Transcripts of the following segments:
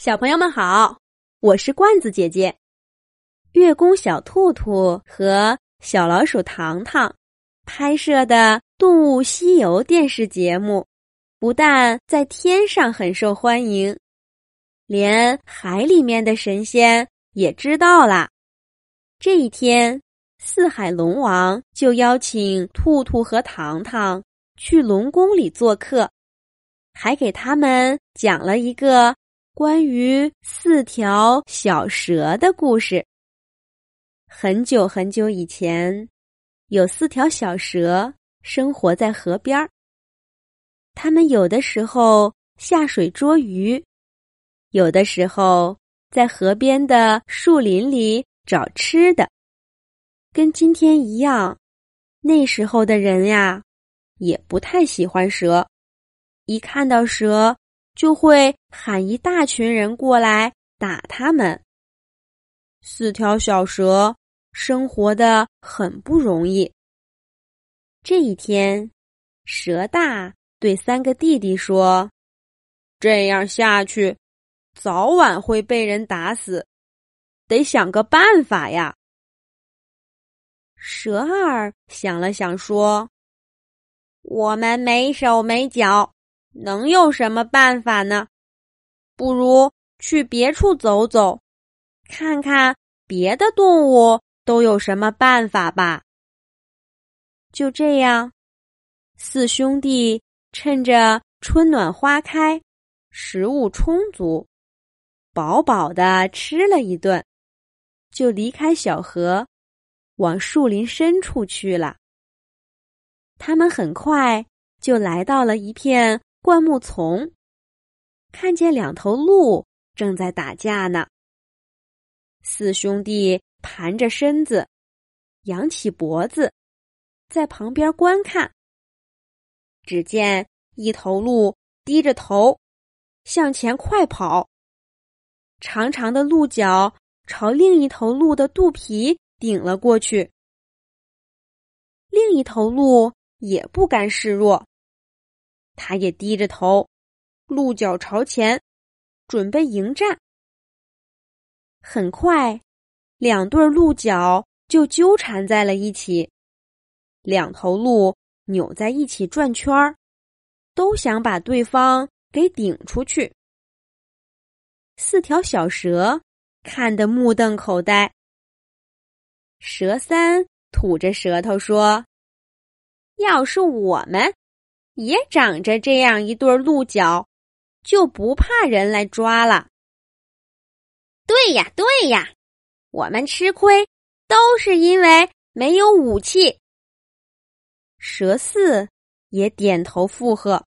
小朋友们好，我是罐子姐姐。月宫小兔兔和小老鼠糖糖拍摄的《动物西游》电视节目，不但在天上很受欢迎，连海里面的神仙也知道啦。这一天，四海龙王就邀请兔兔和糖糖去龙宫里做客，还给他们讲了一个关于4条小蛇的故事。很久很久以前，有4条小蛇生活在河边，它们有的时候下水捉鱼，有的时候在河边的树林里找吃的。跟今天一样，那时候的人呀，也不太喜欢蛇，一看到蛇就会喊一大群人过来打它们。4条小蛇生活得很不容易。这一天，蛇大对3个弟弟说：“这样下去，早晚会被人打死，得想个办法呀。”蛇二想了想说：“我们没手没脚，能有什么办法呢？不如去别处走走，看看别的动物都有什么办法吧。”就这样，4兄弟趁着春暖花开，食物充足，饱饱地吃了一顿，就离开小河，往树林深处去了。他们很快就来到了一片灌木丛，看见2头鹿正在打架呢。4兄弟盘着身子，扬起脖子，在旁边观看。只见一头鹿低着头向前快跑，长长的鹿角朝另一头鹿的肚皮顶了过去。另一头鹿也不甘示弱，它也低着头，鹿角朝前，准备迎战。很快，2对鹿角就纠缠在了一起，2头鹿扭在一起转圈儿，都想把对方给顶出去。4条小蛇看得目瞪口呆。蛇3吐着舌头说：“要是我们也长着这样一对鹿角，就不怕人来抓了。”对呀，对呀，我们吃亏都是因为没有武器。蛇4也点头附和。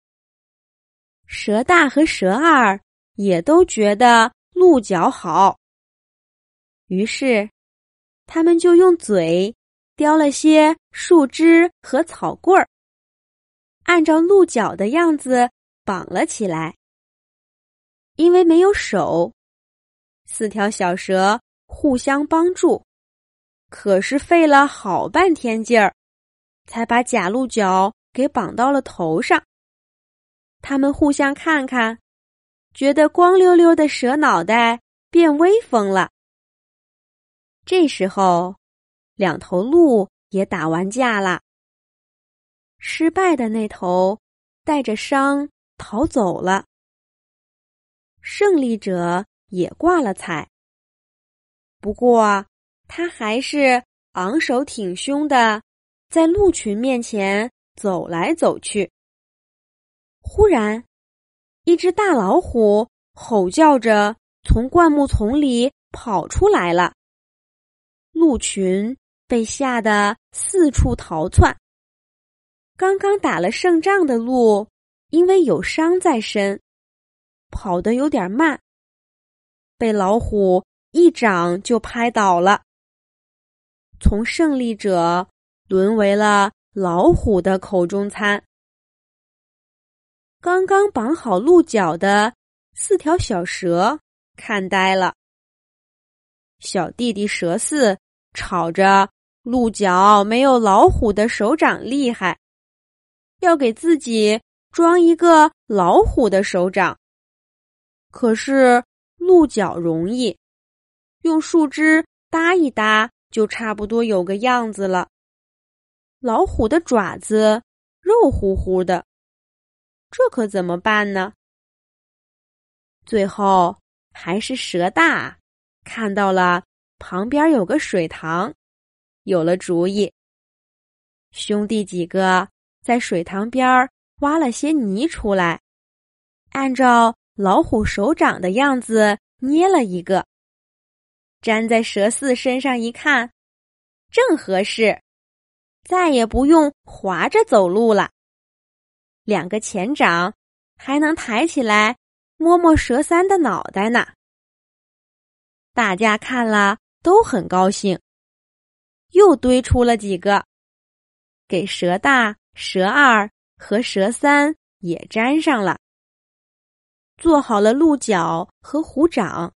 蛇大和蛇二也都觉得鹿角好，于是他们就用嘴叼了些树枝和草棍儿，按照鹿角的样子绑了起来。因为没有手，4条小蛇互相帮助，可是费了好半天劲儿，才把假鹿角给绑到了头上。他们互相看看，觉得光溜溜的蛇脑袋变威风了。这时候，2头鹿也打完架了。失败的那头带着伤逃走了，胜利者也挂了彩。不过他还是昂首挺胸的在鹿群面前走来走去。忽然，一只大老虎吼叫着从灌木丛里跑出来了，鹿群被吓得四处逃窜。刚刚打了胜仗的鹿因为有伤在身，跑得有点慢，被老虎一掌就拍倒了，从胜利者沦为了老虎的口中餐。刚刚绑好鹿角的4条小蛇看呆了。小弟弟蛇4吵着鹿角没有老虎的手掌厉害，要给自己装一个老虎的手掌。 可是鹿角容易，用树枝搭一搭就差不多有个样子了。老虎的爪子肉乎乎的，这可怎么办呢？最后还是蛇大看到了旁边有个水塘，有了主意。兄弟几个在水塘边挖了些泥出来，按照老虎手掌的样子捏了一个，粘在蛇四身上一看，正合适，再也不用滑着走路了。两个前掌还能抬起来摸摸蛇三的脑袋呢。大家看了都很高兴，又堆出了几个，给蛇大、蛇二和蛇三也粘上了。做好了鹿角和虎掌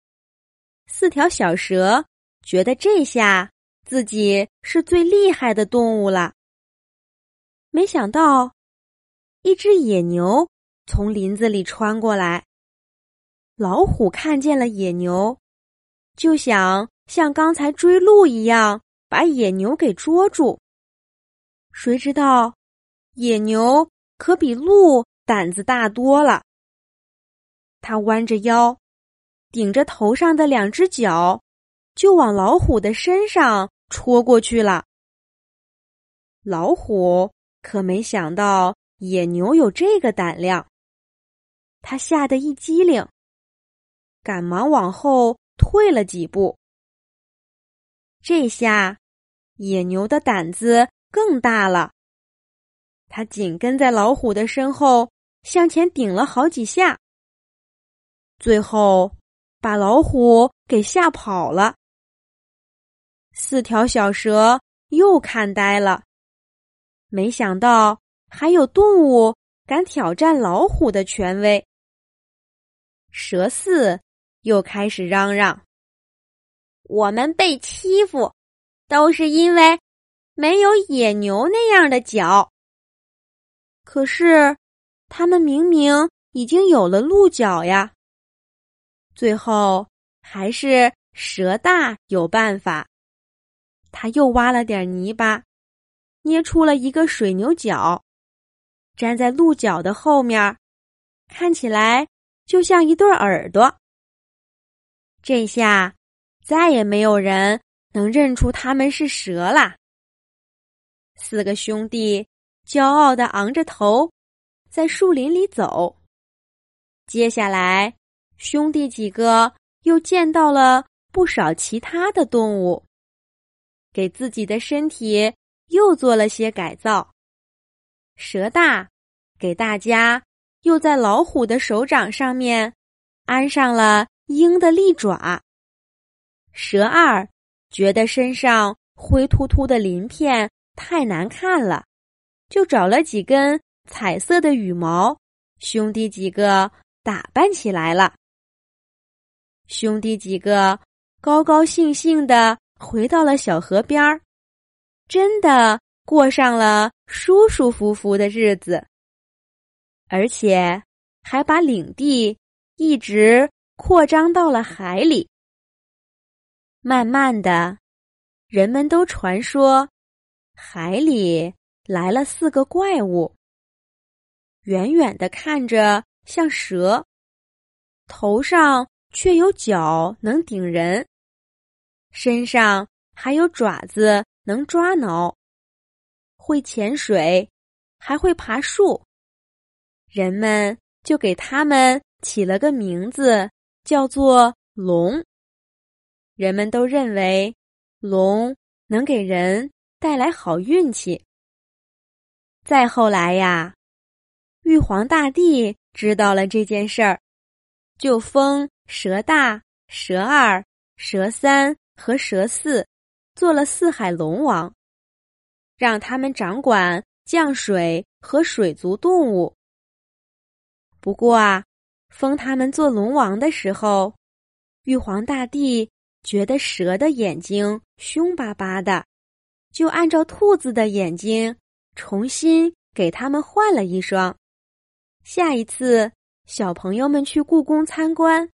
，4条小蛇觉得这下自己是最厉害的动物了。没想到，一只野牛从林子里穿过来，老虎看见了野牛，就想像刚才追鹿一样把野牛给捉住。谁知道，野牛可比鹿胆子大多了。它弯着腰，顶着头上的2只脚，就往老虎的身上戳过去了。老虎可没想到野牛有这个胆量，它吓得一激灵，赶忙往后退了几步。这下野牛的胆子更大了，它紧跟在老虎的身后向前顶了好几下，最后把老虎给吓跑了。4条小蛇又看呆了，没想到还有动物敢挑战老虎的权威。蛇四又开始嚷嚷：我们被欺负，都是因为没有野牛那样的脚。可是他们明明已经有了鹿角呀。最后还是蛇大有办法，他又挖了点泥巴，捏出了一个水牛角，粘在鹿角的后面，看起来就像一对耳朵。这下再也没有人能认出他们是蛇啦。4个兄弟骄傲地昂着头在树林里走。接下来兄弟几个又见到了不少其他的动物，给自己的身体又做了些改造。蛇大给大家又在老虎的手掌上面安上了鹰的利爪。蛇二觉得身上灰秃秃的鳞片太难看了，就找了几根彩色的羽毛，兄弟几个打扮起来了。兄弟几个高高兴兴地回到了小河边儿，真的过上了舒舒服服的日子，而且还把领地一直扩张到了海里。慢慢的，人们都传说海里来了4个怪物，远远地看着像蛇，头上却有角能顶人，身上还有爪子能抓挠，会潜水，还会爬树。人们就给它们起了个名字，叫做龙。人们都认为龙能给人带来好运气。再后来呀，玉皇大帝知道了这件事儿，就封蛇大、蛇二、蛇三和蛇四做了4海龙王，让他们掌管降水和水族动物。不过啊，封他们做龙王的时候，玉皇大帝觉得蛇的眼睛凶巴巴的，就按照兔子的眼睛重新给他们换了一双。下一次小朋友们去故宫参观，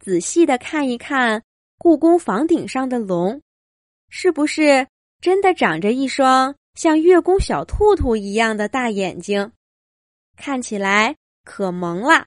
仔细地看一看故宫房顶上的龙，是不是真的长着一双像月宫小兔兔一样的大眼睛，看起来可萌了。